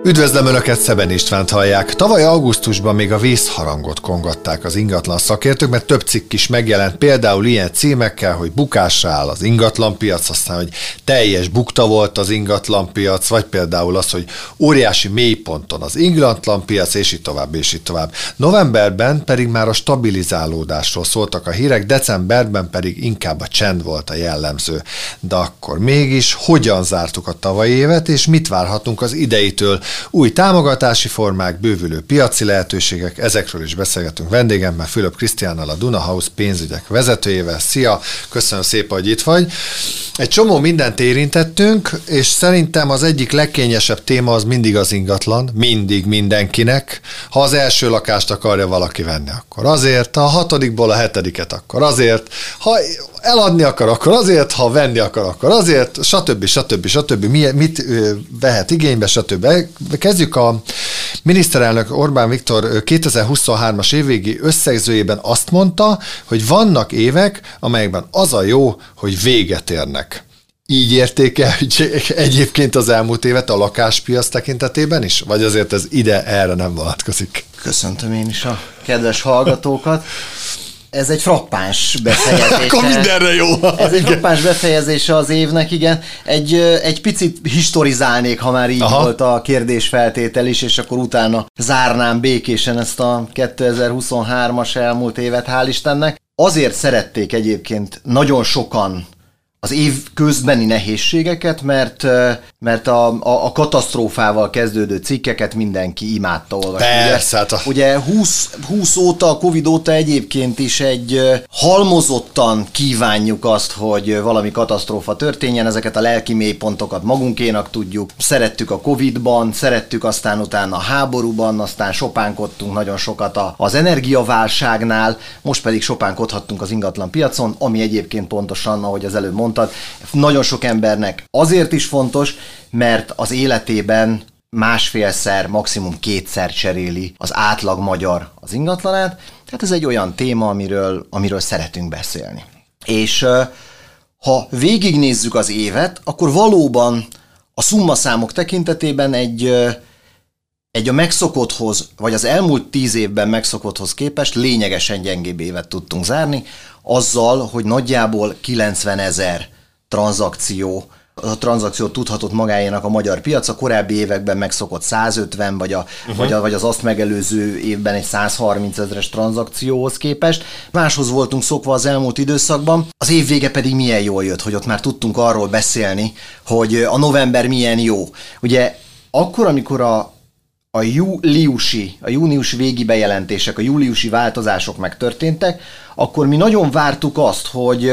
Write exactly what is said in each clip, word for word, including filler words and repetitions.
Üdvözlöm Önöket, Szeben Istvánt hallják. Tavaly augusztusban még a vészharangot kongatták az ingatlan szakértők, mert több cikk is megjelent, például ilyen címekkel, hogy bukásra áll az ingatlanpiac, aztán, hogy teljes bukta volt az ingatlanpiac, vagy például az, hogy óriási mélyponton az ingatlanpiac, és így tovább, és így tovább. Novemberben pedig már a stabilizálódásról szóltak a hírek, decemberben pedig inkább a csend volt a jellemző. De akkor mégis hogyan zártuk a tavalyi évet, és mit várhatunk az idejétől? Új támogatási formák, bővülő piaci lehetőségek, ezekről is beszélgetünk vendégemmel, Fülöp Krisztiánnal, a Duna House pénzügyek vezetőjével. Szia, köszönöm szépen, hogy itt vagy. Egy csomó mindent érintettünk, és szerintem az egyik legkényesebb téma az mindig az ingatlan, mindig mindenkinek. Ha az első lakást akarja valaki venni, akkor azért, ha a hatodikból a hetediket, akkor azért, ha eladni akar, akkor azért, ha venni akar, akkor azért, stb. stb. stb. Mit vehet igénybe, stb. Kezdjük a miniszterelnök Orbán Viktor kétezer-huszonhármas évvégi összegzőjében azt mondta, hogy vannak évek, amelyekben az a jó, hogy véget érnek. Így értékeljük egyébként az elmúlt évet a lakáspiac tekintetében is? Vagy azért ez ide erre nem vonatkozik? Köszöntöm én is a kedves hallgatókat. Ez egy frappáns befejezése. Akkor mindenre jó. Ez egy frappáns befejezése az évnek, igen. Egy, egy picit historizálnék, ha már így Aha. volt a kérdésfeltétel is, és akkor utána zárnám békésen ezt a kétezer-huszonhármas elmúlt évet, hál' Istennek. Azért szerették egyébként nagyon sokan az év közbeni nehézségeket, mert, mert a, a, a katasztrófával kezdődő cikkeket mindenki imádta olvasni. Persze, ugye, hát a... ugye húsz, húsz óta, a Covid óta egyébként is egy halmozottan kívánjuk azt, hogy valami katasztrófa történjen, ezeket a lelki mélypontokat magunkénak tudjuk. Szerettük a Covidban, szerettük aztán utána a háborúban, aztán sopánkodtunk nagyon sokat az energiaválságnál, most pedig sopánkodhattunk az ingatlan piacon, ami egyébként pontosan, ahogy az előbb mondtad, nagyon sok embernek azért is fontos, mert az életében másfélszer, maximum kétszer cseréli az átlag magyar az ingatlanát, tehát ez egy olyan téma, amiről, amiről szeretünk beszélni. És ha végignézzük az évet, akkor valóban a szummaszámok tekintetében egy, egy a megszokotthoz, vagy az elmúlt tíz évben megszokotthoz képest lényegesen gyengébb évet tudtunk zárni, azzal, hogy nagyjából kilencvenezer tranzakció, a tranzakciót tudhatott magáénak a magyar piac, a korábbi években megszokott százötven, vagy, a, uh-huh. vagy, a, vagy az azt megelőző évben egy százharminc ezres tranzakcióhoz képest. Máshoz voltunk szokva az elmúlt időszakban, az év vége pedig milyen jól jött, hogy ott már tudtunk arról beszélni, hogy a november milyen jó. Ugye akkor, amikor a A júliusi, a június végi bejelentések, a júliusi változások megtörténtek, akkor mi nagyon vártuk azt, hogy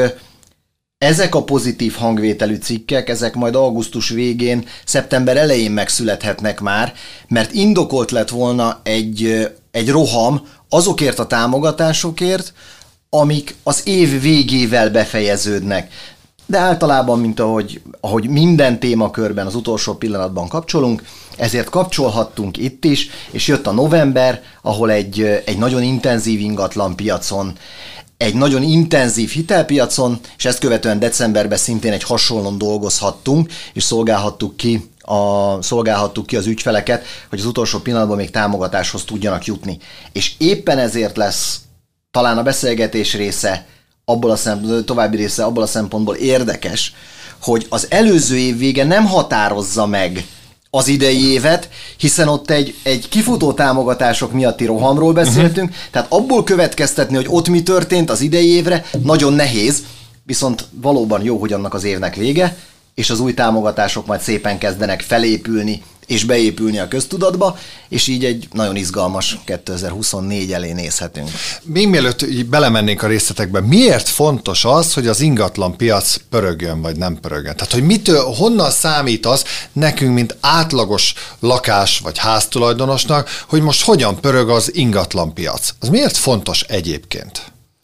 ezek a pozitív hangvételű cikkek, ezek majd augusztus végén, szeptember elején megszülethetnek már, mert indokolt lett volna egy, egy roham azokért a támogatásokért, amik az év végével befejeződnek. De általában, mint ahogy, ahogy minden témakörben az utolsó pillanatban kapcsolunk, ezért kapcsolhattunk itt is, és jött a november, ahol egy, egy nagyon intenzív ingatlan piacon, egy nagyon intenzív hitelpiacon, és ezt követően decemberben szintén egy hasonlón dolgozhattunk, és szolgálhattuk ki, a, szolgálhattuk ki az ügyfeleket, hogy az utolsó pillanatban még támogatáshoz tudjanak jutni. És éppen ezért lesz talán a beszélgetés része, abból a szempont, további része abból a szempontból érdekes, hogy az előző év vége nem határozza meg az idei évet, hiszen ott egy, egy kifutó támogatások miatti rohamról beszéltünk, uh-huh. tehát abból következtetni, hogy ott mi történt az idei évre, nagyon nehéz, viszont valóban jó, hogy annak az évnek vége, és az új támogatások majd szépen kezdenek felépülni és beépülni a köztudatba, és így egy nagyon izgalmas kétezer-huszonnégy elé nézhetünk. Még mielőtt belemennénk a részletekbe, miért fontos az, hogy az ingatlan piac pörögjön, vagy nem pörögjön? Tehát, hogy mitől, honnan számít az nekünk, mint átlagos lakás, vagy háztulajdonosnak, hogy most hogyan pörög az ingatlan piac? Az miért fontos egyébként?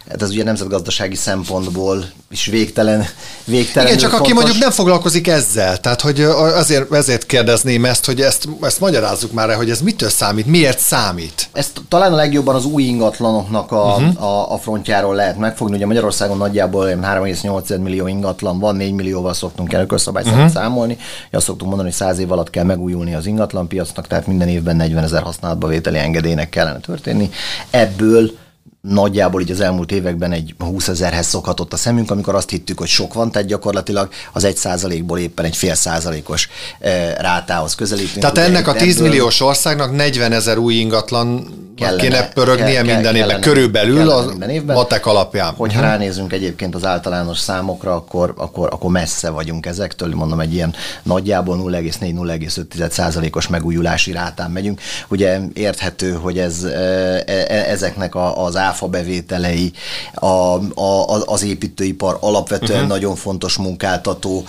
hát ez ugye nemzetgazdasági szempontból is végtelen, végtelen. Igen, csak fontos. aki mondjuk nem foglalkozik ezzel, tehát hogy azért, ezért kérdezném ezt, hogy ezt, ezt magyarázzuk már, hogy ez mitől számít, miért számít? Ezt talán a legjobban az új ingatlanoknak a, uh-huh. a, a frontjáról lehet megfogni. Ugye Magyarországon nagyjából három egész nyolc millió ingatlan van, négy millióval szoktunk el közszabály szerint uh-huh. számolni. Azt szoktunk mondani, hogy száz év alatt kell megújulni az ingatlanpiacnak, tehát minden évben negyvenezer használatba vételi engedélynek kellene történni. Ebből nagyjából így az elmúlt években egy húszezerhez szokhatott a szemünk, amikor azt hittük, hogy sok van, tehát gyakorlatilag az egy százalékból éppen egy fél százalékos e, rátához közelítünk. Tehát ugye, ennek a tíz ebből milliós országnak negyvenezer új ingatlan kellene, kéne pörögnie kell, minden évben, kellene, körülbelül kellene a minden évben. matek alapján. Hogyha uh-huh. ránézünk egyébként az általános számokra, akkor, akkor, akkor messze vagyunk ezektől, mondom, egy ilyen nagyjából nulla egész négy - nulla egész öt százalékos megújulási rátán megyünk. Ugye érthető, hogy ez, ezeknek az áfa bevételei, a, a, az építőipar alapvetően uh-huh. nagyon fontos munkáltató,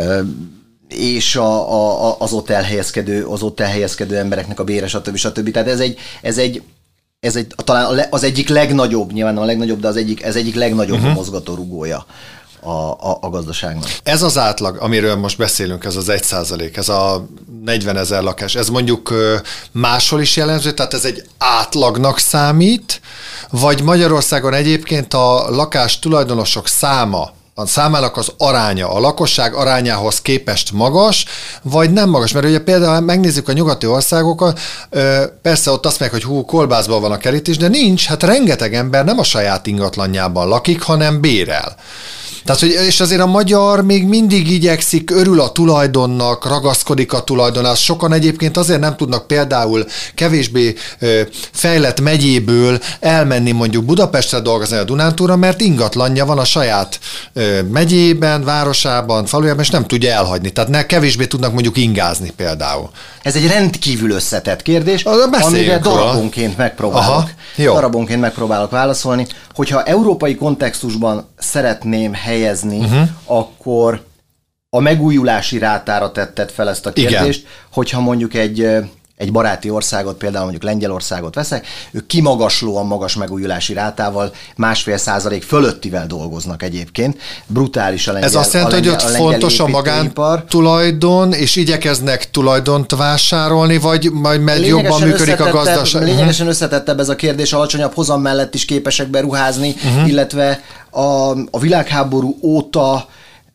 és a, a, az ott elhelyezkedő, az ott elhelyezkedő embereknek a bére, stb. stb. Tehát ez egy, ez egy Ez egy, talán az egyik legnagyobb, nyilván nem a legnagyobb, de az egyik, ez egyik legnagyobb uh-huh. mozgatórugója a, a, a gazdaságnak. Ez az átlag, amiről most beszélünk, ez az egy százalék, ez a negyvenezer lakás, ez mondjuk máshol is jellemző, tehát ez egy átlagnak számít, vagy Magyarországon egyébként a lakás tulajdonosok száma, a számának az aránya, a lakosság arányához képest magas, vagy nem magas? Mert ugye például megnézzük a nyugati országokat, persze ott azt mondják, hogy hú, kolbászban van a kerítés, de nincs, hát rengeteg ember nem a saját ingatlanjában lakik, hanem bérel. Tehát, hogy, és azért a magyar még mindig igyekszik, örül a tulajdonnak, ragaszkodik a tulajdonhoz. Sokan egyébként azért nem tudnak például kevésbé ö, fejlett megyéből elmenni mondjuk Budapestre dolgozni a Dunántúra, mert ingatlanja van a saját ö, megyében, városában, falujában, és nem tudja elhagyni. Tehát ne, kevésbé tudnak mondjuk ingázni például. Ez egy rendkívül összetett kérdés, Beszéljünk amire róla. darabonként megpróbálok, Aha, darabonként megpróbálok válaszolni. Hogyha európai kontextusban szeretném helyezni, uh-huh. akkor a megújulási rátára tetted fel ezt a kérdést, igen. Hogyha mondjuk egy, egy baráti országot, például mondjuk Lengyelországot veszek, ők kimagaslóan magas megújulási rátával, másfél százalék fölöttivel dolgoznak egyébként. Brutális a lengyel. Ez azt jelenti, hogy ott fontos a magántulajdon, és igyekeznek tulajdont vásárolni, vagy majd jobban működik a gazdaság? Lényegesen összetettebb ez a kérdés, alacsonyabb hozam mellett is képesek beruházni, uh-huh. illetve a, a világháború óta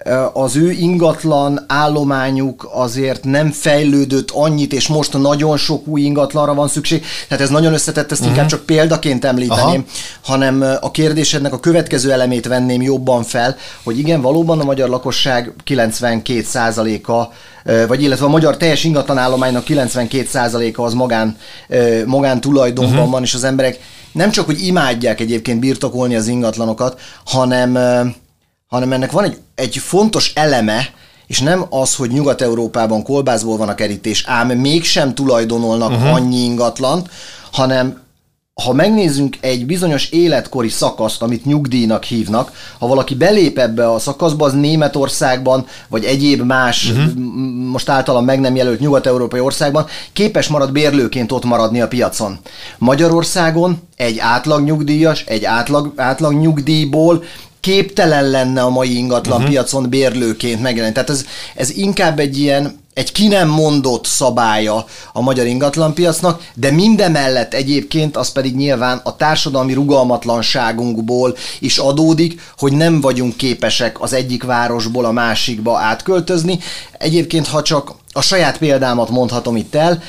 az ő ingatlan állományuk azért nem fejlődött annyit, és most nagyon sok új ingatlanra van szükség. Tehát ez nagyon összetett, ezt uh-huh. inkább csak példaként említeném, Aha. hanem a kérdésednek a következő elemét venném jobban fel, hogy igen, valóban a magyar lakosság kilencvenkét százaléka, vagy illetve a magyar teljes ingatlanállománynak kilencvenkét százaléka az magán, magán tulajdonban uh-huh. van, és az emberek nem csak, hogy imádják egyébként birtokolni az ingatlanokat, hanem hanem ennek van egy, egy fontos eleme, és nem az, hogy Nyugat-Európában kolbászból van a kerítés, ám mégsem tulajdonolnak uh-huh. annyi ingatlant, hanem ha megnézzünk egy bizonyos életkori szakaszt, amit nyugdíjnak hívnak, ha valaki belép ebbe a szakaszba, az Németországban, vagy egyéb más, uh-huh. most általam meg nem jelölt nyugat-európai országban, képes marad bérlőként ott maradni a piacon. Magyarországon egy átlag nyugdíjas, egy átlag, átlag nyugdíjból képtelen lenne a mai ingatlan uh-huh. piacon bérlőként megjelenni. Tehát ez, ez inkább egy ilyen, egy ki nem mondott szabálya a magyar ingatlanpiacnak, de mindemellett egyébként az pedig nyilván a társadalmi rugalmatlanságunkból is adódik, hogy nem vagyunk képesek az egyik városból a másikba átköltözni. Egyébként, ha csak a saját példámat mondhatom itt el,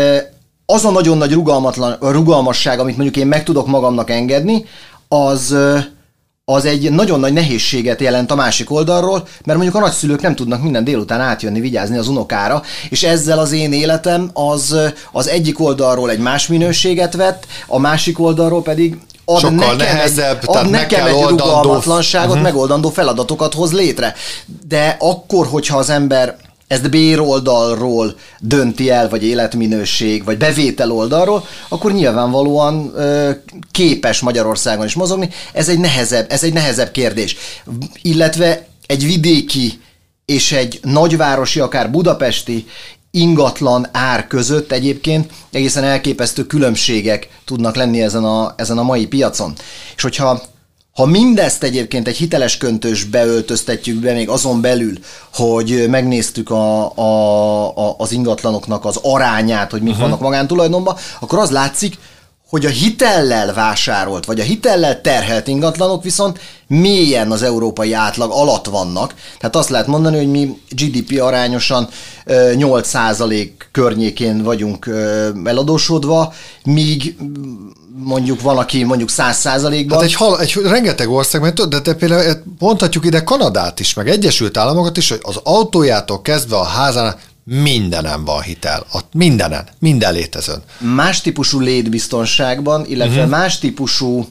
az a nagyon nagy rugalmatlan, rugalmasság, amit mondjuk én meg tudok magamnak engedni, az... az egy nagyon nagy nehézséget jelent a másik oldalról, mert mondjuk a nagyszülők nem tudnak minden délután átjönni, vigyázni az unokára, és ezzel az én életem az, az egyik oldalról egy más minőséget vett, a másik oldalról pedig ad sokkal nekem nehezebb, egy, ad nekem egy oldandó... rugalmatlanságot, uh-huh. megoldandó feladatokat hoz létre. De akkor, hogyha az ember ezt béroldalról dönti el, vagy életminőség, vagy bevétel oldalról, akkor nyilvánvalóan ö, képes Magyarországon is mozogni. Ez egy nehezebb, ez egy nehezebb kérdés. Illetve egy vidéki és egy nagyvárosi, akár budapesti ingatlan ár között egyébként egészen elképesztő különbségek tudnak lenni ezen a, ezen a mai piacon. És hogyha Ha mindezt egyébként egy hiteles köntösbe öltöztetjük be, még azon belül, hogy megnéztük a, a, a, az ingatlanoknak az arányát, hogy mik uh-huh. vannak magántulajdonban, akkor az látszik, hogy a hitellel vásárolt, vagy a hitellel terhelt ingatlanok viszont mélyen az európai átlag alatt vannak. Tehát azt lehet mondani, hogy mi gé dé pé arányosan nyolc százalék környékén vagyunk eladósodva, míg mondjuk van, aki mondjuk száz százalékban. Hát egy, hal, egy rengeteg országban, de te például mondhatjuk ide Kanadát is, meg Egyesült Államokat is, hogy az autójától kezdve a házán mindenen van hitel. A mindenen, minden létezőn. Más típusú létbiztonságban, illetve uh-huh. más típusú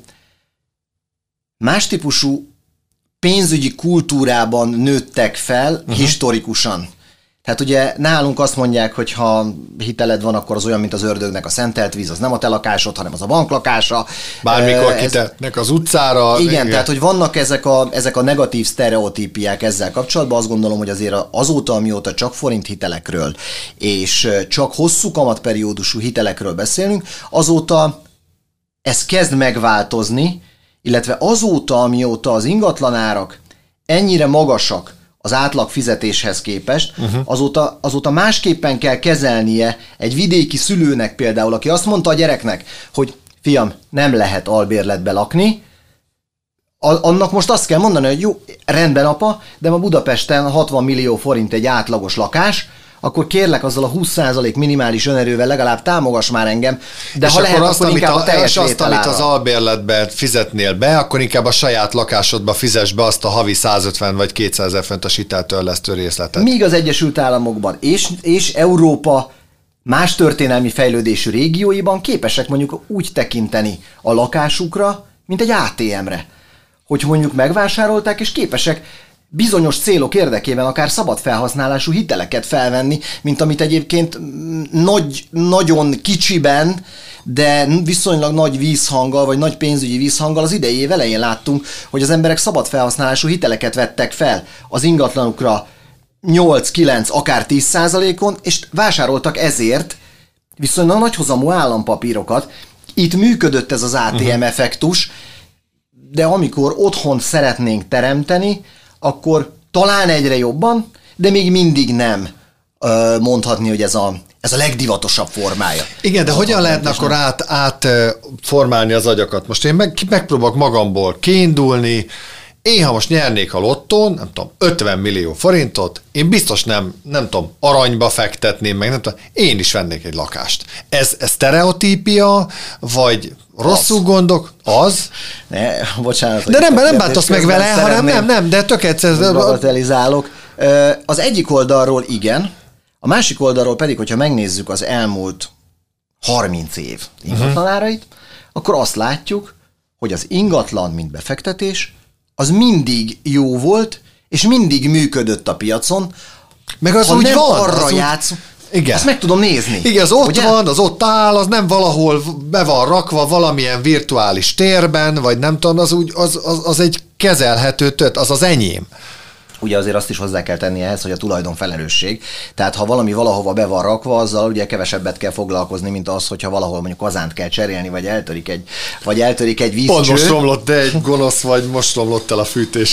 más típusú pénzügyi kultúrában nőttek fel uh-huh. historikusan. Tehát ugye nálunk azt mondják, hogy ha hiteled van, akkor az olyan, mint az ördögnek a szentelt víz, az nem a te lakásod, hanem az a banklakása. Bármikor Ez, kitettnek az utcára. Igen, igen, tehát hogy vannak ezek a, ezek a negatív sztereotípiák ezzel kapcsolatban. Azt gondolom, hogy azért azóta, amióta csak forint hitelekről és csak hosszú kamatperiódusú hitelekről beszélünk, azóta ez kezd megváltozni, illetve azóta, amióta az ingatlanárak ennyire magasak az átlag fizetéshez képest, uh-huh. azóta, azóta másképpen kell kezelnie egy vidéki szülőnek például, aki azt mondta a gyereknek, hogy fiam, nem lehet albérletbe lakni, a, annak most azt kell mondani, hogy jó, rendben apa, de ma Budapesten hatvan millió forint egy átlagos lakás, akkor kérlek azzal a húsz százalék minimális önerővel legalább támogass már engem, de és ha lehet, azt, akkor inkább a, a teljes és azt, amit az albérletben fizetnél be, akkor inkább a saját lakásodba fizess be azt a havi százötven vagy kétszázezer fontos hiteltörlesztő részletet. Míg az Egyesült Államokban és, és Európa más történelmi fejlődésű régióiban képesek mondjuk úgy tekinteni a lakásukra, mint egy á té em-re. Hogy mondjuk megvásárolták, és képesek bizonyos célok érdekében akár szabad felhasználású hiteleket felvenni, mint amit egyébként nagy, nagyon kicsiben, de viszonylag nagy vízhanggal, vagy nagy pénzügyi vízhanggal az idei év elején láttunk, hogy az emberek szabad felhasználású hiteleket vettek fel az ingatlanukra nyolc, kilenc, akár tíz százalékon, és vásároltak ezért viszonylag nagyhozamú állampapírokat. Itt működött ez az á té em uh-huh. effektus, de amikor otthon szeretnénk teremteni, akkor talán egyre jobban, de még mindig nem ö, mondhatni, hogy ez a, ez a legdivatosabb formája. Igen, de hogyan lehetne akkor át, át formálni az agyakat? Most én meg, megpróbálok magamból kiindulni, én ha most nyernék a lottón, nem tudom, ötven millió forintot, én biztos nem, nem tudom, aranyba fektetném meg, nem tudom, én is vennék egy lakást. Ez, ez sztereotípia, vagy rosszul az. gondok? Az? Ne, bocsánat. De nem, nem bántasz meg vele, hanem nem, nem, de tök egyszer. Bagatelizálok. Az egyik oldalról igen, a másik oldalról pedig, hogyha megnézzük az elmúlt harminc év ingatlanárait, uh-huh. akkor azt látjuk, hogy az ingatlan, mint befektetés, az mindig jó volt, és mindig működött a piacon. Meg az ha úgy nem van, arra az játsz, igen. Azt meg tudom nézni. Igen, az ott ugye? van, az ott áll, az nem valahol be van rakva valamilyen virtuális térben, vagy nem tudom, az, úgy, az, az, az egy kezelhető tört, az az enyém. Ugye azért azt is hozzá kell tenni ehhez, hogy a tulajdon felelősség. Tehát ha valami valahova be van rakva, azzal ugye kevesebbet kell foglalkozni, mint az, hogyha valahol mondjuk kazánt kell cserélni, vagy eltörik egy, vagy eltörik egy vízcső. Pont most romlott, de egy gonosz, vagy most romlott el a fűtés.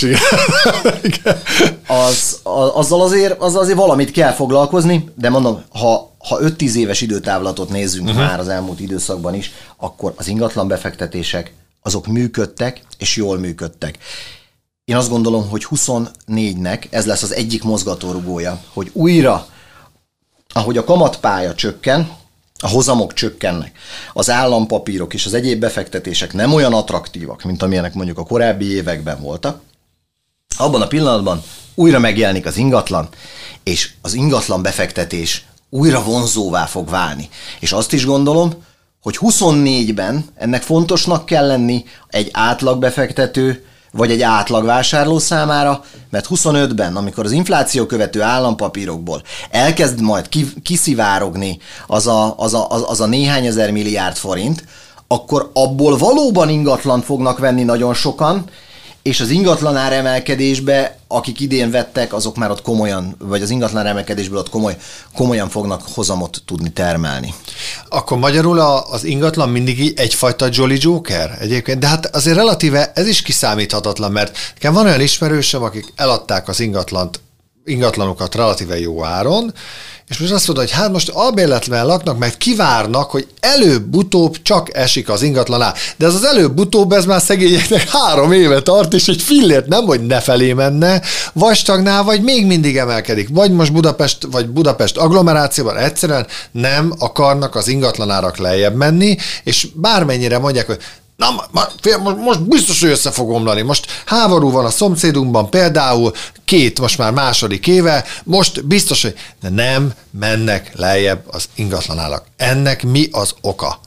az, az, azzal, azért, azzal azért valamit kell foglalkozni, de mondom, ha, ha öt-tíz éves időtávlatot nézzünk uh-huh. már az elmúlt időszakban is, akkor az ingatlan befektetések azok működtek, és jól működtek. Én azt gondolom, hogy huszonnégynek ez lesz az egyik mozgatórugója, hogy újra, ahogy a kamatpálya csökken, a hozamok csökkennek, az állampapírok és az egyéb befektetések nem olyan attraktívak, mint amilyenek mondjuk a korábbi években voltak, abban a pillanatban újra megjelenik az ingatlan, és az ingatlan befektetés újra vonzóvá fog válni. És azt is gondolom, hogy huszonnégyben ennek fontosnak kell lenni egy átlagbefektető, vagy egy átlagvásárló számára, mert huszonötben, amikor az infláció követő állampapírokból elkezd majd kiszivárogni az a, az, a, az a néhány ezer milliárd forint, akkor abból valóban ingatlant fognak venni nagyon sokan, és az ingatlanár emelkedésbe, akik idén vettek, azok már ott komolyan, vagy az ingatlanár emelkedésből ott komoly, komolyan fognak hozamot tudni termelni. Akkor magyarul az ingatlan mindig egyfajta Jolly Joker egyébként, de hát azért relatíve ez is kiszámíthatatlan, mert nekem van olyan ismerősöm, akik eladták az ingatlant, ingatlanokat relatíve jó áron, és most azt mondod, hogy hát most albérletben laknak, mert kivárnak, hogy előbb-utóbb csak esik az ingatlan ár. De ez az előbb-utóbb, ez már szegényeknek három éve tart, és egy fillért nem, hogy ne felé menne, vagy stagnál, vagy még mindig emelkedik. Vagy most Budapest, vagy Budapest agglomerációban egyszerűen nem akarnak az ingatlanárak lejjebb menni, és bármennyire mondják, hogy na, most biztos, hogy össze fog omlani. Most háború van a szomszédunkban, például két, most már második éve, most biztos, hogy de nem mennek lejjebb az ingatlanárak. Ennek mi az oka?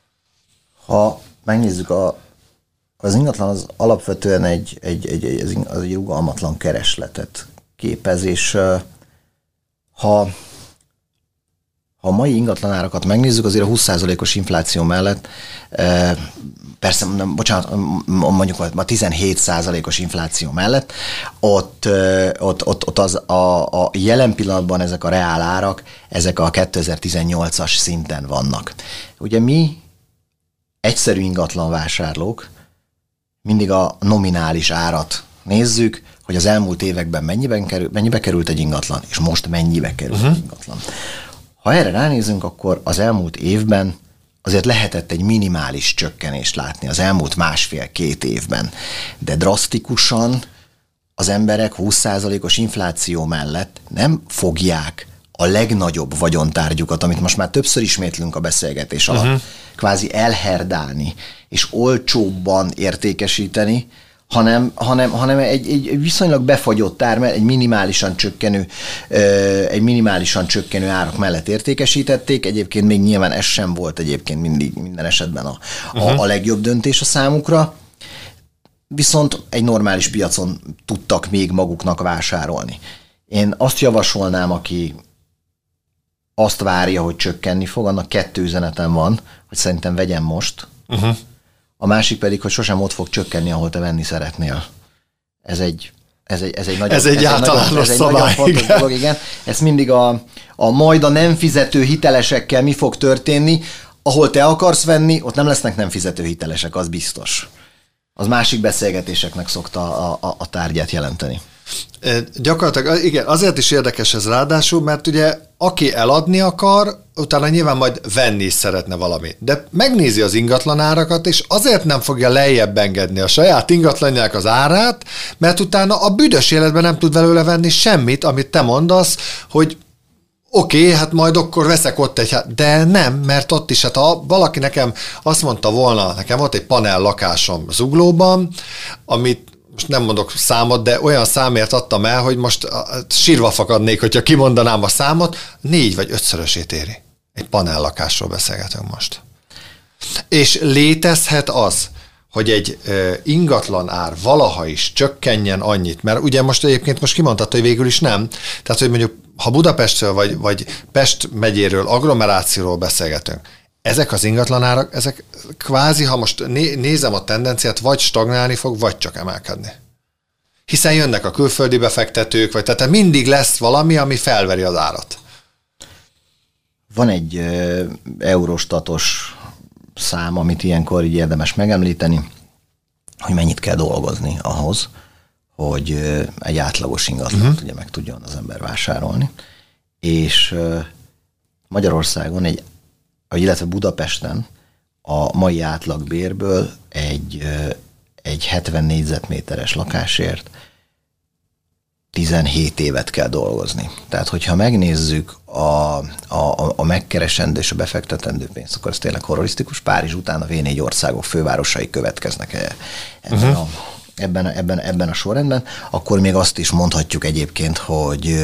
Ha megnézzük, a, az ingatlan az alapvetően egy, egy, egy, egy, az egy rugalmatlan keresletet képez, és ha Ha a mai ingatlanárakat megnézzük, azért a húsz százalékos infláció mellett, persze, nem, bocsánat, mondjuk a tizenhét százalékos infláció mellett, ott, ott, ott, ott az a, a jelen pillanatban ezek a reál árak, ezek a kétezer-tizennyolcas szinten vannak. Ugye mi, egyszerű ingatlanvásárlók, mindig a nominális árat nézzük, hogy az elmúlt években mennyiben kerül, mennyibe került egy ingatlan, és most mennyibe került uh-huh. egy ingatlan. Ha erre ránézünk, akkor az elmúlt évben azért lehetett egy minimális csökkenést látni az elmúlt másfél-két évben, de drasztikusan az emberek húsz százalékos infláció mellett nem fogják a legnagyobb vagyontárgyukat, amit most már többször ismétlünk a beszélgetés alatt, uh-huh. kvázi elherdálni és olcsóbban értékesíteni, hanem, hanem, hanem egy, egy viszonylag befagyott ár, egy minimálisan csökkenő, egy minimálisan csökkenő árak mellett értékesítették. Egyébként még nyilván ez sem volt egyébként mindig minden esetben a, uh-huh. a, a legjobb döntés a számukra. Viszont egy normális piacon tudtak még maguknak vásárolni. Én azt javasolnám, aki azt várja, hogy csökkenni fog, annak kettő üzenetem van, hogy szerintem vegyen most. Uh-huh. A másik pedig, hogy sosem ott fog csökkenni, ahol te venni szeretnél. Ez egy, ez egy, ez egy nagyon, ez egy ez általános egy nagyon, ez egy szabály, nagyon fontos igen. dolog, igen. Ez mindig a, a majd a nem fizető hitelesekkel mi fog történni, ahol te akarsz venni, ott nem lesznek nem fizető hitelesek, az biztos. Az másik beszélgetéseknek szokta a, a, a tárgyát jelenteni. E, gyakorlatilag igen, azért is érdekes ez ráadásul, mert ugye aki eladni akar, utána nyilván majd venni is szeretne valamit. De megnézi az ingatlanárakat, és azért nem fogja lejjebb engedni a saját ingatlanjának az árát, mert utána a büdös életben nem tud belőle venni semmit, amit te mondasz, hogy oké, okay, hát majd akkor veszek ott egy, de nem, mert ott is, hát ha valaki nekem azt mondta volna, nekem volt egy panel lakásom Zuglóban, amit most nem mondok számot, de olyan számért adtam el, hogy most sírva fakadnék, hogyha kimondanám a számot, négy vagy ötszörösét éri. Egy panellakásról beszélgetünk most. És létezhet az, hogy egy uh, ingatlan ár valaha is csökkenjen annyit, mert ugye most egyébként most kimondtad, hogy végül is nem. Tehát, hogy mondjuk, ha Budapestről vagy, vagy Pest megyéről, agglomerációról beszélgetünk, ezek az ingatlanárak, ezek kvázi, ha most né- nézem a tendenciát, vagy stagnálni fog, vagy csak emelkedni. Hiszen jönnek a külföldi befektetők, vagy tehát mindig lesz valami, ami felveri az árat. Van egy uh, eurostatos szám, amit ilyenkor így érdemes megemlíteni, hogy mennyit kell dolgozni ahhoz, hogy uh, egy átlagos ingatlant uh-huh. ugye meg tudjon az ember vásárolni. És uh, Magyarországon egy illetve Budapesten a mai átlagbérből egy, egy hetven négyzetméteres lakásért tizenhét évet kell dolgozni. Tehát, hogyha megnézzük a, a, a megkeresendő és a befektetendő pénzt, akkor ez tényleg horrorisztikus. Párizs után a vé négy országok fővárosai következnek ebben, uh-huh. a, ebben, ebben, ebben a sorrendben. Akkor még azt is mondhatjuk egyébként, hogy,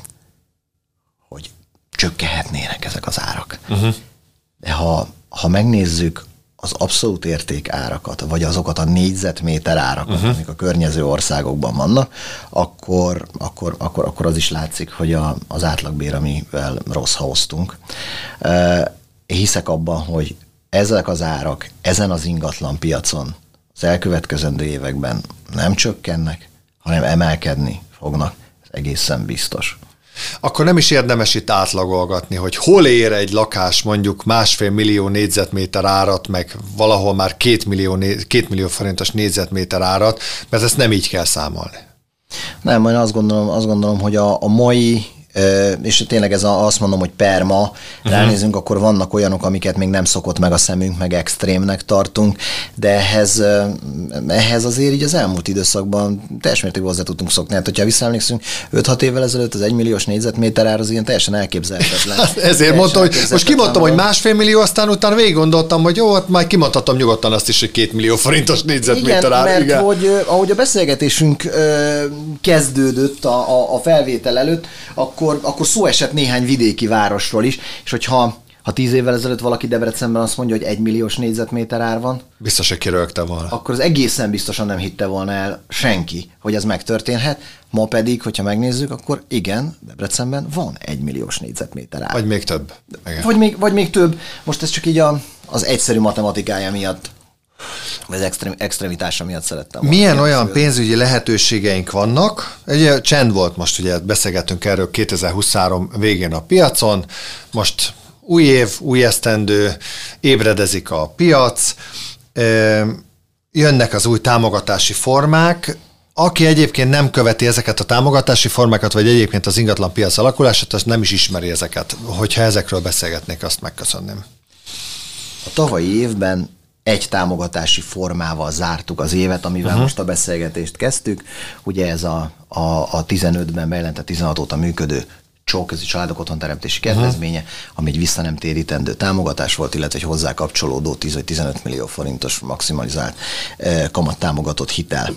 hogy csökkenhetnének ezek az árak. Uh-huh. De ha, ha megnézzük az abszolút érték árakat, vagy azokat a négyzetméter árakat, uh-huh. amik a környező országokban vannak, akkor, akkor, akkor, akkor az is látszik, hogy a, az átlagbér, amivel rossz hoztunk. Hiszek abban, hogy ezek az árak ezen az ingatlan piacon, az elkövetkezendő években nem csökkennek, hanem emelkedni fognak. Ez egészen biztos. Akkor nem is érdemes itt átlagolgatni, hogy hol ér egy lakás mondjuk másfél millió négyzetméter árat, meg valahol már két millió, két millió forintos négyzetméter árat, mert ezt nem így kell számolni. Nem, majd azt gondolom, azt gondolom hogy a, a mai, és tényleg ez a, azt mondom, hogy per ma, uh-huh. ránézünk, akkor vannak olyanok, amiket még nem szokott meg a szemünk, meg extrémnek tartunk, de ehhez, ehhez azért így az elmúlt időszakban teljes mértékben hozzá tudtunk szokni. Hát, hogyha visszaemlékszünk, öt-hat évvel ezelőtt az egymilliós négyzetméter ár az ilyen teljesen elképzelhetetlen. Hát ezért mondtam, hogy most kimondtam, hogy másfél millió, aztán utána végig gondoltam, hogy jó, hát majd kimondhatom nyugodtan azt is, hogy két millió forintos négyzetméter igen, ár. Mert igen, mert hogy ahogy a beszélgetésünk ö, kezdődött a, a, a felvétel előtt, akkor Akkor, akkor szó esett néhány vidéki városról is, és hogyha ha tíz évvel ezelőtt valaki Debrecenben azt mondja, hogy egy milliós négyzetméter ár van, biztos, hogy kirögte volna. Akkor az egészen biztosan nem hitte volna el senki, hogy ez megtörténhet. Ma pedig, hogyha megnézzük, akkor igen, Debrecenben van egy milliós négyzetméter ár. Vagy még több. Vagy még, vagy még több. Most ez csak így a, az egyszerű matematikája miatt, vagy az extrém, extremitása miatt szerettem. Milyen olyan szülni. Pénzügyi lehetőségeink vannak? Ugye csend volt most, ugye beszélgettünk erről kétezer-huszonhárom végén a piacon, most új év, új esztendő, ébredezik a piac, jönnek az új támogatási formák. Aki egyébként nem követi ezeket a támogatási formákat, vagy egyébként az ingatlan piac alakulását, az nem is ismeri ezeket. Hogyha ezekről beszélgetnék, azt megköszönném. A tavalyi évben egy támogatási formával zártuk az évet, amivel uh-huh. most a beszélgetést kezdtük. Ugye ez a, a, a tizenötben bejelentett tizenhat óta működő csók, ez a családok otthonteremtési kedvezménye, uh-huh. ami egy visszanemtérítendő támogatás volt, illetve egy hozzá kapcsolódó tíz vagy tizenöt millió forintos maximalizált eh, kamattámogatott hitel.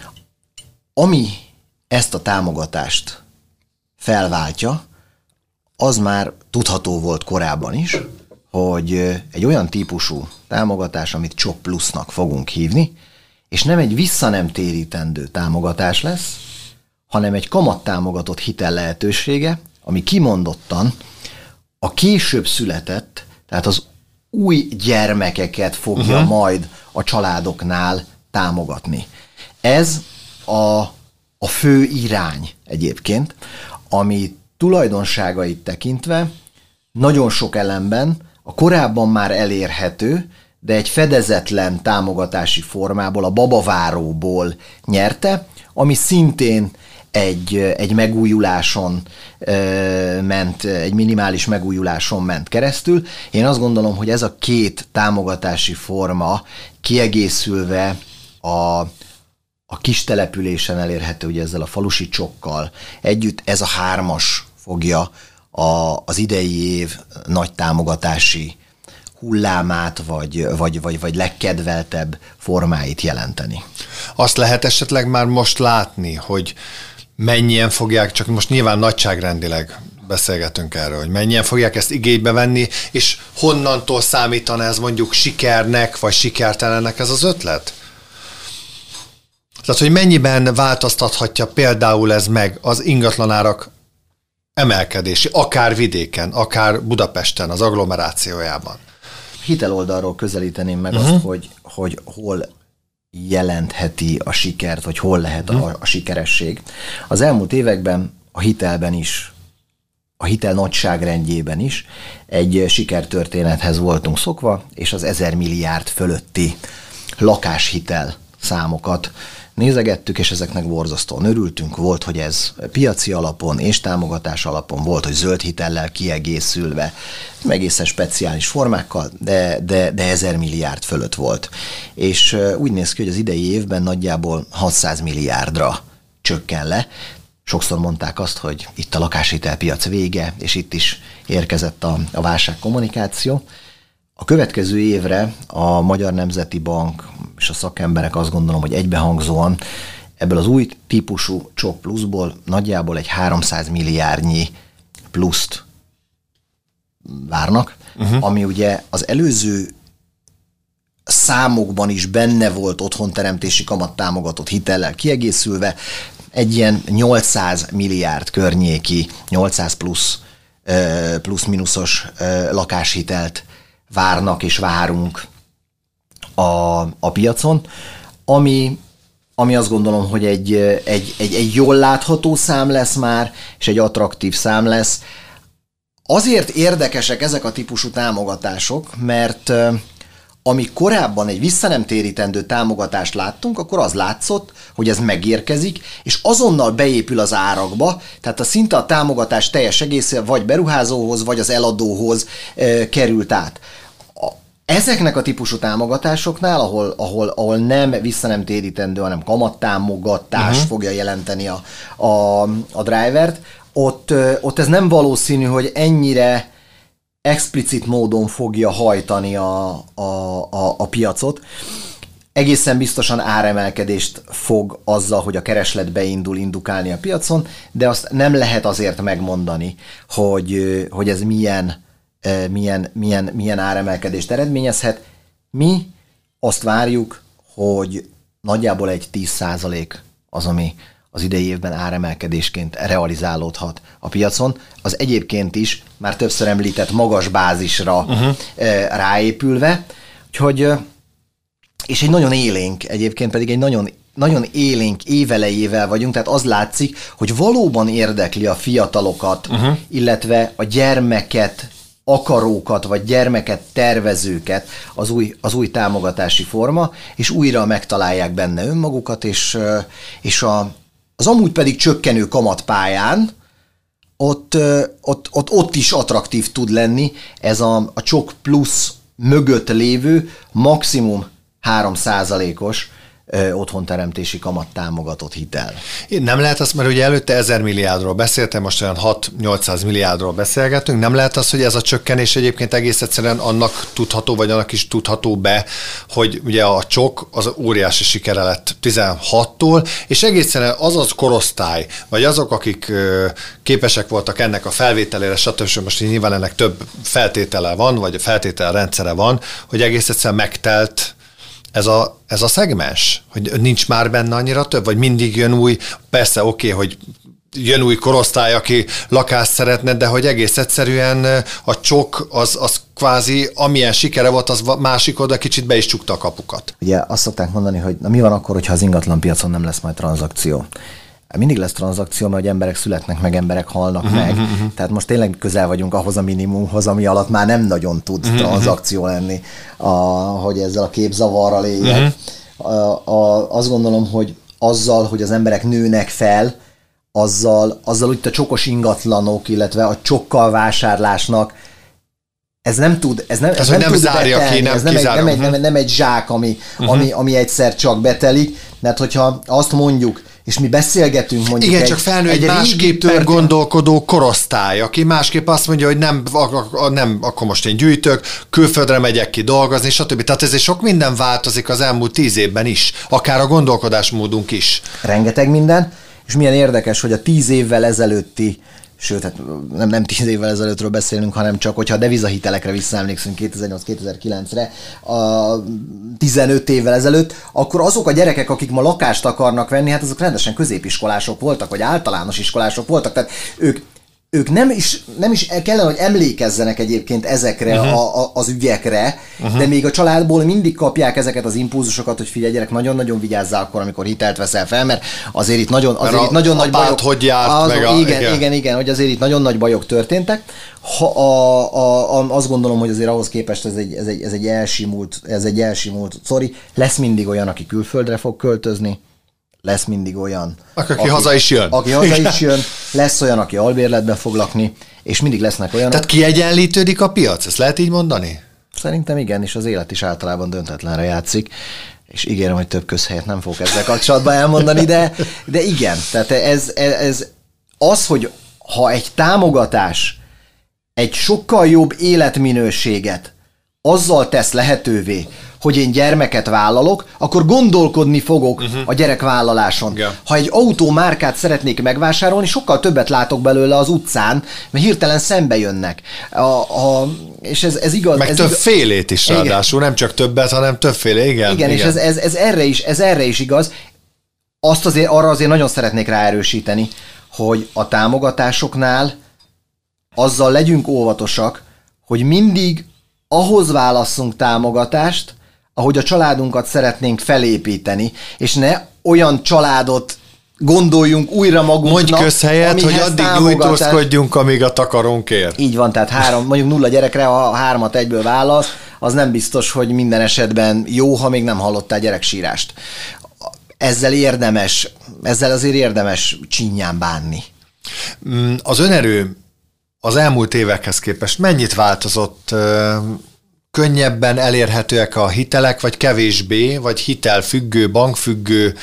Ami ezt a támogatást felváltja, az már tudható volt korábban is, hogy egy olyan típusú támogatás, amit csok plusznak fogunk hívni, és nem egy visszanemtérítendő támogatás lesz, hanem egy kamattámogatott hitel lehetősége, ami kimondottan a később született, tehát az új gyermekeket fogja uh-huh. majd a családoknál támogatni. Ez a, a fő irány egyébként, ami tulajdonságait tekintve nagyon sok elemben a korábban már elérhető, de egy fedezetlen támogatási formából, a babaváróból nyerte, ami szintén egy, egy megújuláson ö, ment, egy minimális megújuláson ment keresztül. Én azt gondolom, hogy ez a két támogatási forma kiegészülve a, a kis településen elérhető, ugye ezzel a falusi csokkal együtt, ez a hármas fogja a, az idei év nagy támogatási hullámát, vagy, vagy, vagy, vagy legkedveltebb formáit jelenteni. Azt lehet esetleg már most látni, hogy mennyien fogják, csak most nyilván nagyságrendileg beszélgetünk erről, hogy mennyien fogják ezt igénybe venni, és honnantól számítana ez mondjuk sikernek, vagy sikertelennek ez az ötlet? Tehát, hogy mennyiben változtathatja például ez meg az ingatlanárak emelkedési, akár vidéken, akár Budapesten, az agglomerációjában? Hitel oldalról közelíteném meg uh-huh. azt, hogy, hogy hol jelentheti a sikert, vagy hol lehet uh-huh. a, a sikeresség. Az elmúlt években a hitelben is, a hitel nagyságrendjében is egy sikertörténethez voltunk szokva, és az ezer milliárd fölötti lakáshitel számokat nézegettük, és ezeknek borzasztóan örültünk. Volt, hogy ez piaci alapon és támogatás alapon, volt, hogy zöld hitellel kiegészülve, egészen speciális formákkal, de, de, de ezer milliárd fölött volt. És úgy néz ki, hogy az idei évben nagyjából hatszáz milliárdra csökken le. Sokszor mondták azt, hogy itt a lakáshitelpiac vége, és itt is érkezett a, a válságkommunikáció. A következő évre a Magyar Nemzeti Bank és a szakemberek azt gondolom, hogy egybehangzóan ebből az új típusú csok pluszból nagyjából egy háromszáz milliárdnyi pluszt várnak, uh-huh. ami ugye az előző számokban is benne volt otthonteremtési kamattámogatott hitellel kiegészülve, egy ilyen nyolcszáz milliárd környéki, nyolcszáz plusz, plusz-minuszos lakáshitelt várnak és várunk a, a piacon, ami, ami azt gondolom, hogy egy, egy, egy, egy jól látható szám lesz már, és egy attraktív szám lesz. Azért érdekesek ezek a típusú támogatások, mert ami korábban egy visszanemtérítendő támogatást láttunk, akkor az látszott, hogy ez megérkezik, és azonnal beépül az árakba, tehát a szinte a támogatás teljes egésze vagy beruházóhoz, vagy az eladóhoz e, került át. A, ezeknek a típusú támogatásoknál, ahol, ahol, ahol nem visszanemtérítendő, hanem kamattámogatás uh-huh. fogja jelenteni a, a, a drivert, ott, ott ez nem valószínű, hogy ennyire explicit módon fogja hajtani a, a, a, a piacot. Egészen biztosan áremelkedést fog azzal, hogy a kereslet beindul indukálni a piacon, de azt nem lehet azért megmondani, hogy, hogy ez milyen, milyen, milyen, milyen áremelkedést eredményezhet. Mi azt várjuk, hogy nagyjából egy tíz százalék az, ami az idei évben áremelkedésként realizálódhat a piacon. Az egyébként is már többször említett magas bázisra uh-huh. ráépülve, úgyhogy, és egy nagyon élénk, egyébként pedig egy nagyon, nagyon élénk évelejével vagyunk, tehát az látszik, hogy valóban érdekli a fiatalokat, uh-huh. illetve a gyermeket akarókat, vagy gyermeket tervezőket az új, az új támogatási forma, és újra megtalálják benne önmagukat, és, és a az amúgy pedig csökkenő kamatpályán ott, ott, ott, ott is attraktív tud lenni ez a, a csok plusz mögött lévő maximum három százalékos otthonteremtési kamat támogatott hitel. Nem lehet azt, mert ugye előtte ezer milliárdról beszéltem, most olyan hat-nyolcszáz milliárdról beszélgetünk, nem lehet az, hogy ez a csökkenés egyébként egész egyszerűen annak tudható, vagy annak is tudható be, hogy ugye a csok az óriási sikere lett tizenhattól, és egészen az az korosztály, vagy azok, akik képesek voltak ennek a felvételére, stb. Most nyilván ennek több feltétele van, vagy feltételrendszere van, hogy egész egyszerűen megtelt Ez a, ez a szegmens? Hogy nincs már benne annyira több? Vagy mindig jön új, persze oké, okay, hogy jön új korosztály, aki lakást szeretne, de hogy egész egyszerűen a csok az, az kvázi, amilyen sikere volt, az másik oda kicsit be is csukta a kapukat. Ugye azt szokták mondani, hogy na mi van akkor, hogyha az ingatlan piacon nem lesz majd tranzakció? Mindig lesz tranzakció, mert hogy emberek születnek meg, emberek halnak uh-huh, meg. Uh-huh. Tehát most tényleg közel vagyunk ahhoz a minimumhoz, ami alatt már nem nagyon tud uh-huh. tranzakció lenni, a, hogy ezzel a képzavarral éljek. Uh-huh. A, a, azt gondolom, hogy azzal, hogy az emberek nőnek fel, azzal, azzal úgy a csokos ingatlanok, illetve a csokkal vásárlásnak ez nem tud, ez nem, ez nem, nem tud zárja betelni, ki, nem ez nem egy, nem, egy, nem, nem egy zsák, ami, uh-huh. ami, ami egyszer csak betelik, mert hogyha azt mondjuk, és mi beszélgetünk mondjuk igen, egy, csak felnő egy, egy másképpen történ... gondolkodó korosztály, aki másképp azt mondja, hogy nem, nem, akkor most én gyűjtök, külföldre megyek ki dolgozni, stb. Tehát ezért sok minden változik az elmúlt tíz évben is, akár a gondolkodásmódunk is. Rengeteg minden, és milyen érdekes, hogy a tíz évvel ezelőtti, sőt, hát nem, nem tíz évvel ezelőttről beszélünk, hanem csak, hogyha a devizahitelekre visszaemlékszünk kétezer-nyolc kétezer-kilencre, a tizenöt évvel ezelőtt, akkor azok a gyerekek, akik ma lakást akarnak venni, hát azok rendesen középiskolások voltak, vagy általános iskolások voltak, tehát ők ők nem is, nem is kellene, hogy emlékezzenek egyébként ezekre uh-huh. a, a, az ügyekre, uh-huh. de még a családból mindig kapják ezeket az impulzusokat, hogy figyelj gyerek, nagyon-nagyon vigyázzál akkor, amikor hitelt veszel fel, mert azért itt nagyon, azért a, itt nagyon nagy bajok... hogy járt, az, meg a, a, igen, igen, igen, igen, hogy azért itt nagyon nagy bajok történtek. Ha a, a, a, azt gondolom, hogy azért ahhoz képest ez egy, ez egy, ez egy elsimult, ez egy elsimult, sorry, lesz mindig olyan, aki külföldre fog költözni, lesz mindig olyan, aki, aki haza is jön. Aki haza is jön, lesz olyan, aki albérletben fog lakni, és mindig lesznek olyanok. Tehát kiegyenlítődik a piac, ezt lehet így mondani? Szerintem igen, és az élet is általában döntetlenre játszik, és ígérem, hogy több közhelyet nem fogok ezzel kapcsolatban elmondani, de, de igen, tehát ez, ez az, hogy ha egy támogatás egy sokkal jobb életminőséget azzal tesz lehetővé, hogy én gyermeket vállalok, akkor gondolkodni fogok uh-huh. a gyerekvállaláson. Yeah. Ha egy autómárkát szeretnék megvásárolni, sokkal többet látok belőle az utcán, mert hirtelen szembe jönnek. A, a, és ez, ez igaz. Meg ez többfélét is igen. Ráadásul, nem csak többet, hanem többféle, igen. Igen, igen. És ez, ez, ez, erre is, ez erre is igaz. Azt azért, arra azért nagyon szeretnék ráerősíteni, hogy a támogatásoknál azzal legyünk óvatosak, hogy mindig ahhoz válasszunk támogatást, ahogy a családunkat szeretnénk felépíteni, és ne olyan családot gondoljunk újra magunknak. Mondj közhelyet, hogy addig nyújtózkodjunk, amíg a takarónk ér. Így van, tehát három, mondjuk nulla gyerekre, ha hármat egyből válasz, az nem biztos, hogy minden esetben jó, ha még nem hallottál gyereksírást. Ezzel érdemes, ezzel azért érdemes csinyán bánni. Az önerő az elmúlt évekhez képest mennyit változott? Könnyebben elérhetőek a hitelek, vagy kevésbé, vagy hitelfüggő, bankfüggő,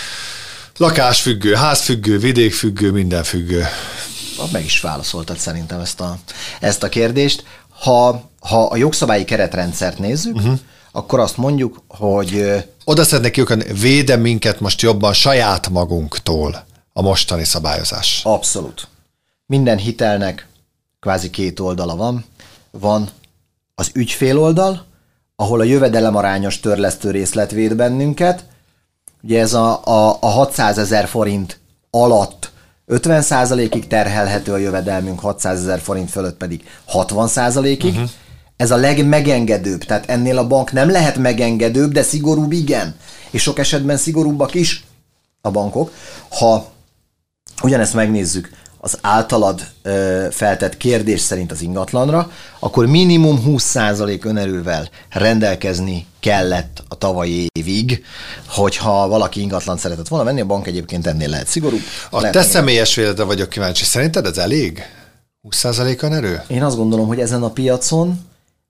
lakásfüggő, házfüggő, vidékfüggő, mindenfüggő? Meg is válaszoltad szerintem ezt a, ezt a kérdést. Ha, ha a jogszabályi keretrendszert nézzük, uh-huh. akkor azt mondjuk, hogy... Oda szeretnék kiukadni, véde minket most jobban saját magunktól a mostani szabályozás. Abszolút. Minden hitelnek kvázi két oldala van. Van az ügyféloldal, ahol a jövedelemarányos törlesztő részlet véd bennünket. Ugye ez a, a, a hatszázezer forint alatt ötven százalékig terhelhető a jövedelmünk, hatszázezer forint fölött pedig hatvan százalékig. Uh-huh. Ez a legmegengedőbb, tehát ennél a bank nem lehet megengedőbb, de szigorúbb igen. És sok esetben szigorúbbak is a bankok. Ha ugyanezt megnézzük az általad ö, feltett kérdés szerint az ingatlanra, akkor minimum húsz százalék önerővel rendelkezni kellett a tavalyi évig, hogyha valaki ingatlan szeretett volna venni, a bank egyébként ennél lehet szigorúbb. A lehet te ennél. Személyes véledre vagyok kíváncsi. Szerinted ez elég? húsz százalék önerő? Én azt gondolom, hogy ezen a piacon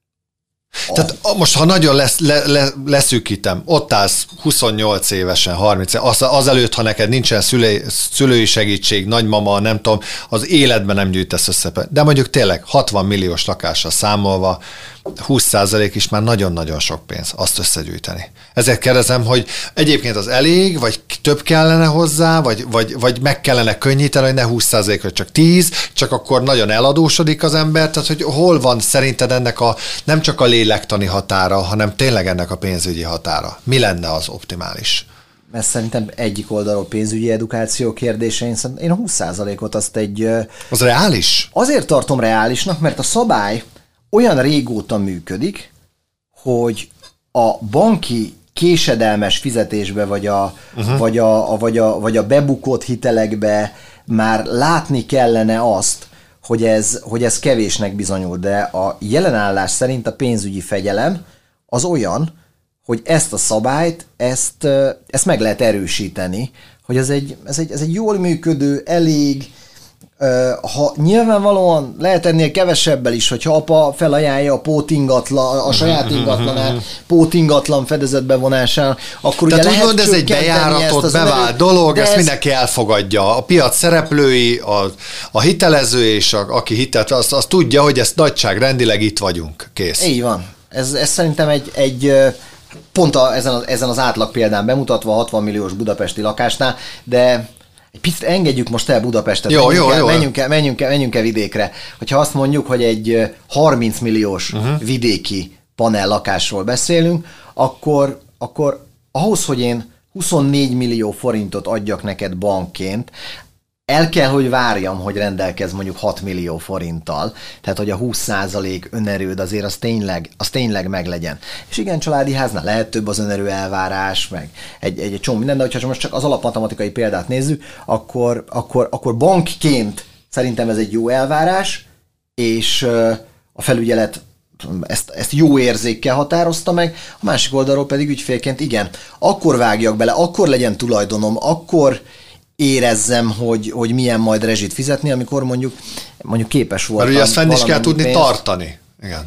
Tehát most, ha nagyon lesz, le, le, leszűkítem, ott állsz huszonnyolc évesen, harminc az, azelőtt, ha neked nincsen szülei, szülői segítség, nagymama, nem tudom, az életben nem gyűjtesz össze. De mondjuk tényleg hatvan milliós lakással számolva, húsz százalék is már nagyon-nagyon sok pénz azt összegyűjteni. Ezért kérdezem, hogy egyébként az elég, vagy több kellene hozzá, vagy, vagy, vagy meg kellene könnyíteni, hogy ne húsz százalékra csak tíz, csak akkor nagyon eladósodik az ember, tehát hogy hol van szerinted ennek a nem csak a lélektani határa, hanem tényleg ennek a pénzügyi határa? Mi lenne az optimális? Ez szerintem egyik oldalról pénzügyi edukáció kérdése. Én, én a húsz százalékot azt egy... Az reális? Azért tartom reálisnak, mert a szabály olyan régóta működik, hogy a banki késedelmes fizetésbe, vagy a, uh-huh. vagy a, a, vagy a, vagy a bebukott hitelekbe már látni kellene azt, hogy ez, hogy ez kevésnek bizonyul, de a jelenállás szerint a pénzügyi fegyelem az olyan, hogy ezt a szabályt, ezt, ezt meg lehet erősíteni, hogy ez egy, ez egy, ez egy jól működő, elég, ha nyilvánvalóan lehet ennél kevesebbel is, hogyha apa felajánlja a pótingatlan, a saját ingatlanát, pótingatlan fedezetbe vonásán, akkor tehát ugye lehet mond, ez egy bejáratott, bevált dolog, ezt ez... mindenki elfogadja. A piac szereplői, a, a hitelező és a, aki hitelt, az, az tudja, hogy ezt nagyságrendileg itt vagyunk. Kész. Így van. Ez, ez szerintem egy, egy pont a, ezen, a, ezen az átlag példán bemutatva a hatvan milliós budapesti lakásnál, de egy picit engedjük most el Budapestet, jó, menjünk, jó, el, jó. menjünk, el, menjünk, el, menjünk el vidékre. Hogyha azt mondjuk, hogy egy harminc milliós uh-huh. vidéki panel lakásról beszélünk, akkor, akkor ahhoz, hogy én huszonnégy millió forintot adjak neked bankként, el kell, hogy várjam, hogy rendelkezz mondjuk hat millió forinttal, tehát hogy a húsz százalék önerőd azért az tényleg, az tényleg meglegyen. És igen, családi háznál lehet több az önerő elvárás, meg egy, egy, egy csomó minden, de hogyha most csak az alapmatematikai példát nézzük, akkor, akkor, akkor bankként szerintem ez egy jó elvárás, és a felügyelet ezt, ezt jó érzékkel határozta meg, a másik oldalról pedig ügyfélként igen, akkor vágjak bele, akkor legyen tulajdonom, akkor érezzem, hogy, hogy milyen majd rezsit fizetni, amikor mondjuk, mondjuk képes voltam. Mert ugye azt fenn is kell tudni pénzt. tartani. Igen.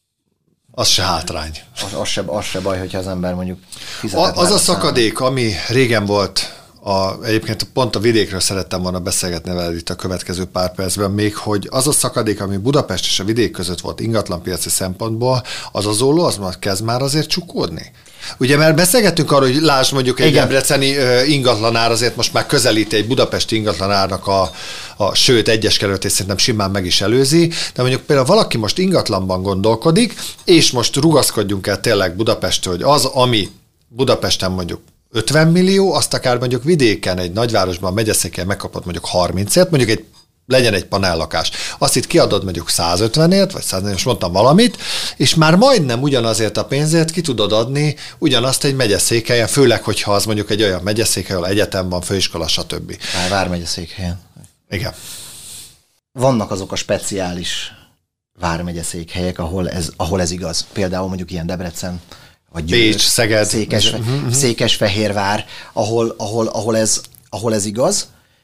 Az se hátrány. Az, az, se, az se baj, hogyha az ember mondjuk fizetett. A, az a szakadék, ami régen volt, a, egyébként pont a vidékről szerettem volna beszélgetni veled itt a következő pár percben még, hogy az a szakadék, ami Budapest és a vidék között volt ingatlanpiaci szempontból, az az olló, az már kezd már azért csukódni. Ugye, mert beszélgettünk arról, hogy lásd mondjuk egy debreceni ingatlanár azért most már közelíti egy budapesti ingatlanárnak a, a sőt, egyes kerületét szerintem simán meg is előzi, de mondjuk például valaki most ingatlanban gondolkodik, és most rugaszkodjunk el tényleg Budapesttől, hogy az, ami Budapesten mondjuk ötven millió, azt akár mondjuk vidéken, egy nagyvárosban, megyeszéken megkapott mondjuk harmincért, mondjuk egy legyen egy panellakás. Azt itt kiadod mondjuk százötvenért, vagy száznegyven, most mondtam valamit, és már majdnem ugyanazért a pénzért ki tudod adni ugyanazt egy megyeszékhelyen, főleg, hogyha az mondjuk egy olyan megyeszékhely, ahol egyetem van, főiskola, stb. Már vármegyeszékhelyen. Igen. Vannak azok a speciális vármegyeszékhelyek, ahol ez, ahol ez igaz. Például mondjuk ilyen Debrecen, vagy Győr, Pécs, Szeged, Székes, uh-huh. Székesfehérvár, ahol, ahol, ahol, ez, ahol ez igaz.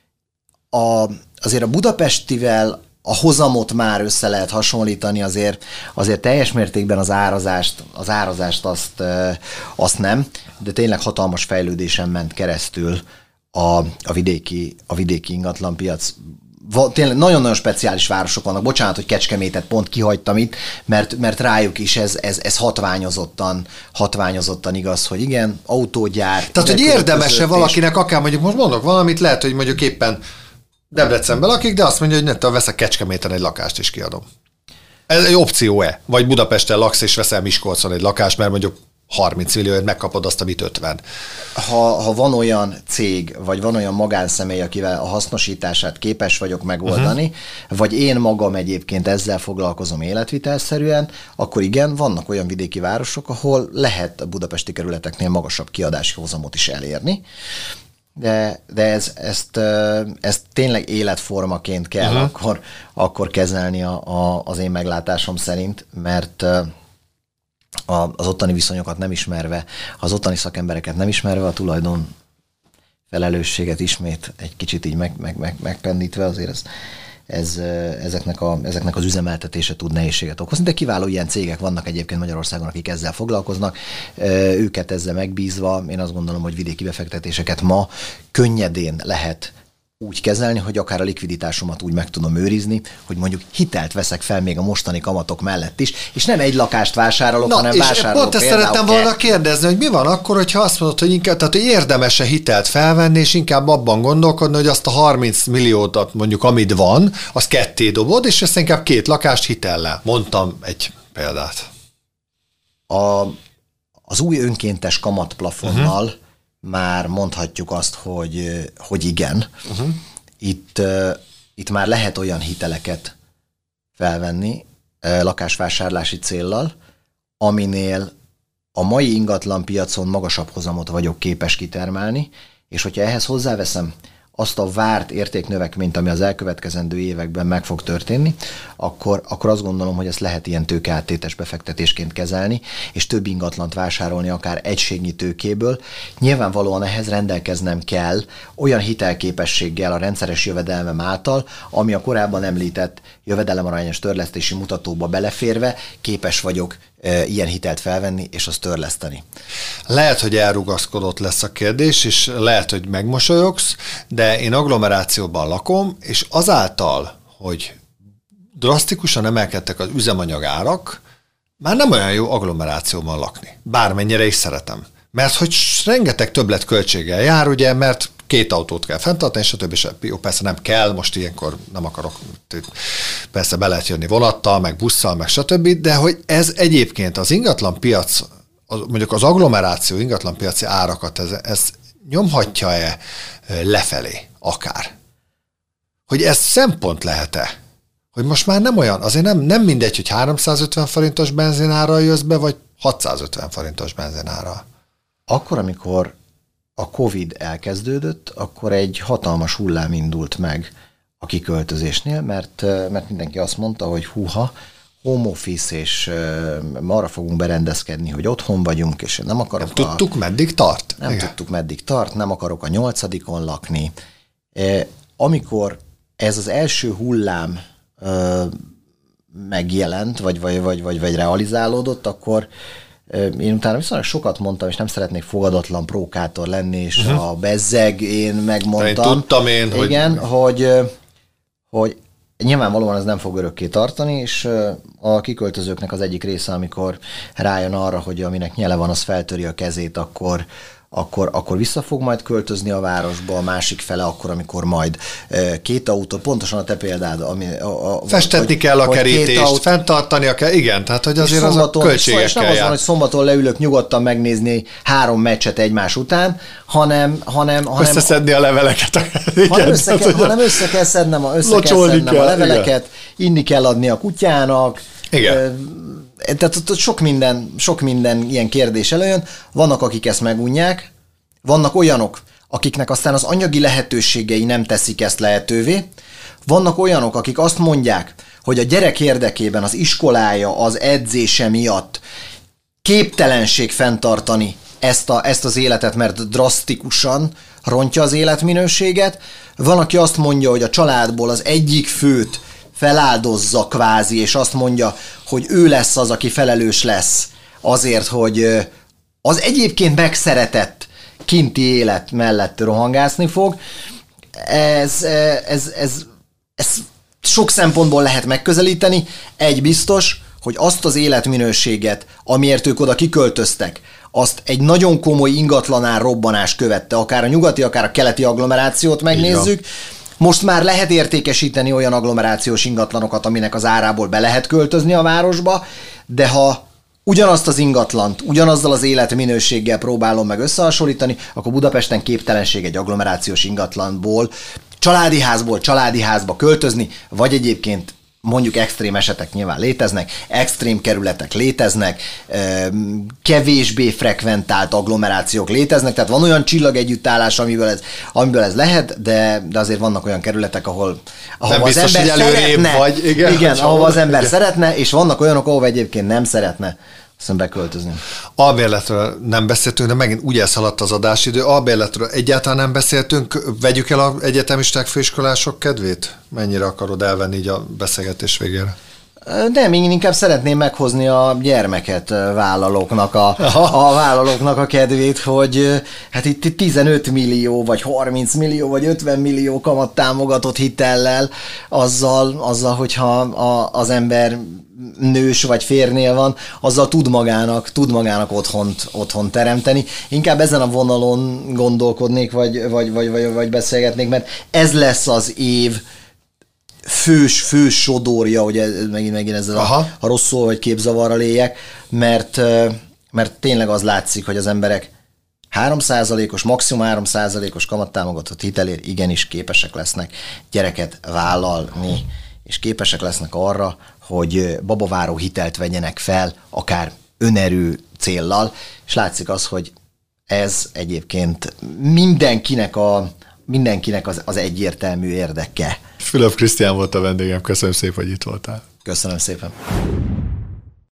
A, azért a budapestivel a hozamot már össze lehet hasonlítani, azért, azért teljes mértékben az árazást, az árazást azt, azt nem, de tényleg hatalmas fejlődésen ment keresztül a, a, vidéki, a vidéki ingatlanpiac. Tényleg nagyon-nagyon speciális városok vannak. Bocsánat, hogy Kecskemétet pont kihagytam itt, mert, mert rájuk is ez, ez, ez hatványozottan, hatványozottan igaz, hogy igen, autógyár. Tehát, hogy érdemes-e valakinek, akár mondjuk most mondok valamit, lehet, hogy mondjuk éppen Debrecenben lakik, de azt mondja, hogy ne tudom, veszek Kecskeméten egy lakást is kiadom. Ez egy opció-e? Vagy Budapesten laksz és veszel Miskolcon egy lakást, mert mondjuk harminc millióért megkapod azt, amit ötven. Ha, ha van olyan cég, vagy van olyan magánszemély, akivel a hasznosítását képes vagyok megoldani, uh-huh. vagy én magam egyébként ezzel foglalkozom életvitelszerűen, akkor igen, vannak olyan vidéki városok, ahol lehet a budapesti kerületeknél magasabb kiadási hozamot is elérni, de, de ez, ezt, ezt tényleg életformaként kell uh-huh. akkor, akkor kezelni a, a, az én meglátásom szerint, mert az ottani viszonyokat nem ismerve, az ottani szakembereket nem ismerve, a tulajdon felelősséget ismét egy kicsit így meg, meg, meg, megpendítve, azért ez, ez, ezeknek, a, ezeknek az üzemeltetése tud nehézséget okozni, de kiváló ilyen cégek vannak egyébként Magyarországon, akik ezzel foglalkoznak, őket ezzel megbízva, én azt gondolom, hogy vidéki befektetéseket ma könnyedén lehet úgy kezelni, hogy akár a likviditásomat úgy meg tudom őrizni, hogy mondjuk hitelt veszek fel még a mostani kamatok mellett is, és nem egy lakást vásárolok, Na, hanem és vásárolok pont ezt szerettem volna kérdezni, hogy mi van akkor, hogyha azt mondod, hogy inkább, tehát hogy érdemes-e hitelt felvenni, és inkább abban gondolkodni, hogy azt a harminc milliót, mondjuk amit van, azt ketté dobod, és ezt inkább két lakást hitellel. Mondtam egy példát. A, az új önkéntes kamatplafonnal uh-huh. már mondhatjuk azt, hogy, hogy igen. Uh-huh. Itt, itt már lehet olyan hiteleket felvenni lakásvásárlási céllal, aminél a mai ingatlanpiacon magasabb hozamot vagyok képes kitermelni, és hogyha ehhez hozzáveszem azt a várt értéknövekményt, ami az elkövetkezendő években meg fog történni, akkor, akkor azt gondolom, hogy ezt lehet ilyen tőkeáttétes befektetésként kezelni, és több ingatlant vásárolni akár egységnyi tőkéből. Nyilvánvalóan ehhez rendelkeznem kell olyan hitelképességgel a rendszeres jövedelmem által, ami a korábban említett jövedelemarányos törlesztési mutatóba beleférve képes vagyok e, ilyen hitelt felvenni, és azt törleszteni. Lehet, hogy elrugaszkodott lesz a kérdés, és lehet, hogy megmosolyogsz, de én agglomerációban lakom, és azáltal, hogy drasztikusan emelkedtek az üzemanyagárak, már nem olyan jó agglomerációban lakni. Bármennyire is szeretem. Mert hogy rengeteg többletköltséggel jár, ugye, mert két autót kell fenntartani, stb. És jó, persze nem kell, most ilyenkor nem akarok, persze be lehet jönni vonattal, meg busszal, meg stb., de hogy ez egyébként az ingatlanpiac, mondjuk az agglomeráció ingatlanpiaci árakat, ez, ez nyomhatja-e lefelé akár? Hogy ez szempont lehet-e? Hogy most már nem olyan, azért nem, nem mindegy, hogy háromszázötven forintos benzinárral jössz be, vagy hatszázötven forintos benzinárral. Akkor, amikor a Covid elkezdődött, akkor egy hatalmas hullám indult meg a kiköltözésnél, mert, mert mindenki azt mondta, hogy húha, home office, és uh, arra fogunk berendezkedni, hogy otthon vagyunk, és nem akarok... Nem a, tudtuk, meddig tart? Nem Igen. tudtuk, meddig tart, nem akarok a nyolcadikon lakni. E, amikor ez az első hullám uh, megjelent, vagy, vagy, vagy, vagy, vagy realizálódott, akkor uh, én utána viszonylag sokat mondtam, és nem szeretnék fogadatlan prókátor lenni, és uh-huh. a bezzeg, én megmondtam. Én tudtam én, igen, hogy... hogy, hogy nyilvánvalóan ez nem fog örökké tartani, és a kiköltözőknek az egyik része, amikor rájön arra, hogy aminek nyele van, az feltöri a kezét, akkor, akkor, akkor vissza fog majd költözni a városba, a másik fele akkor, amikor majd két autó, pontosan a te példád, ami... A, a, festetni hogy, kell a kerítést, autó, fenntartani a kell, igen, tehát hogy azért az a költségekkel és nem az van, hogy szombaton leülök nyugodtan megnézni három meccset egymás után, hanem... hanem, hanem összeszedni a leveleket. Igen, hanem, össze kell, hanem össze kell szednem a, össze kell szednem kell, a leveleket, igen. Inni kell adni a kutyának, igen. Tehát ott sok minden, sok minden ilyen kérdés előjön. Vannak, akik ezt megunják, vannak olyanok, akiknek aztán az anyagi lehetőségei nem teszik ezt lehetővé, vannak olyanok, akik azt mondják, hogy a gyerek érdekében az iskolája, az edzése miatt képtelenség fenntartani ezt, a, ezt az életet, mert drasztikusan rontja az életminőséget. Van, aki azt mondja, hogy a családból az egyik főt feláldozza kvázi, és azt mondja, hogy ő lesz az, aki felelős lesz azért, hogy az egyébként megszeretett kinti élet mellett rohangászni fog. Ez, ez, ez, ez sok szempontból lehet megközelíteni. Egy biztos, hogy azt az életminőséget, amiért ők oda kiköltöztek, azt egy nagyon komoly ingatlanár robbanás követte, akár a nyugati, akár a keleti agglomerációt megnézzük. Most már lehet értékesíteni olyan agglomerációs ingatlanokat, aminek az árából be lehet költözni a városba, de ha ugyanazt az ingatlant, ugyanazzal az életminőséggel próbálom meg összehasonlítani, akkor Budapesten képtelenség egy agglomerációs ingatlanból, családi házból családi házba költözni, vagy egyébként mondjuk extrém esetek nyilván léteznek, extrém kerületek léteznek, kevésbé frekventált agglomerációk léteznek, tehát van olyan csillagegyüttállás, amiből ez, amiből ez lehet, de, de azért vannak olyan kerületek, ahol, ahol az biztos, ember szeretne, vagy, igen, igen, ahol az ember igen. szeretne, és vannak olyanok, ahol egyébként nem szeretne aztán beköltözni. Albérletről nem beszéltünk, de megint úgy elszaladt az adásidő. Albérletről egyáltalán nem beszéltünk. Vegyük el az egyetemisták, főiskolások kedvét? Mennyire akarod elvenni így a beszélgetés végére? Nem, én inkább szeretném meghozni a gyermeket vállalóknak a, a vállalóknak a kedvét, hogy hát itt tizenöt millió, vagy harminc millió, vagy ötven millió kamat támogatott hitellel, azzal, azzal hogyha a, az ember nős vagy férnél van, azzal tud magának, tud magának otthont, otthont teremteni. Inkább ezen a vonalon gondolkodnék, vagy, vagy, vagy, vagy, vagy beszélgetnék, mert ez lesz az év fős, fős sodorja, hogy ez, megint, megint ezzel a, a rossz szó, vagy képzavarral éljek, mert, mert tényleg az látszik, hogy az emberek három százalékos, maximum három százalékos kamattámogatott hitelért igenis képesek lesznek gyereket vállalni, és képesek lesznek arra, hogy babaváró hitelt vegyenek fel, akár önerő céllal, és látszik az, hogy ez egyébként mindenkinek, a, mindenkinek az, az egyértelmű érdeke. Fülöp Krisztián volt a vendégem, köszönöm szépen, hogy itt voltál. Köszönöm szépen.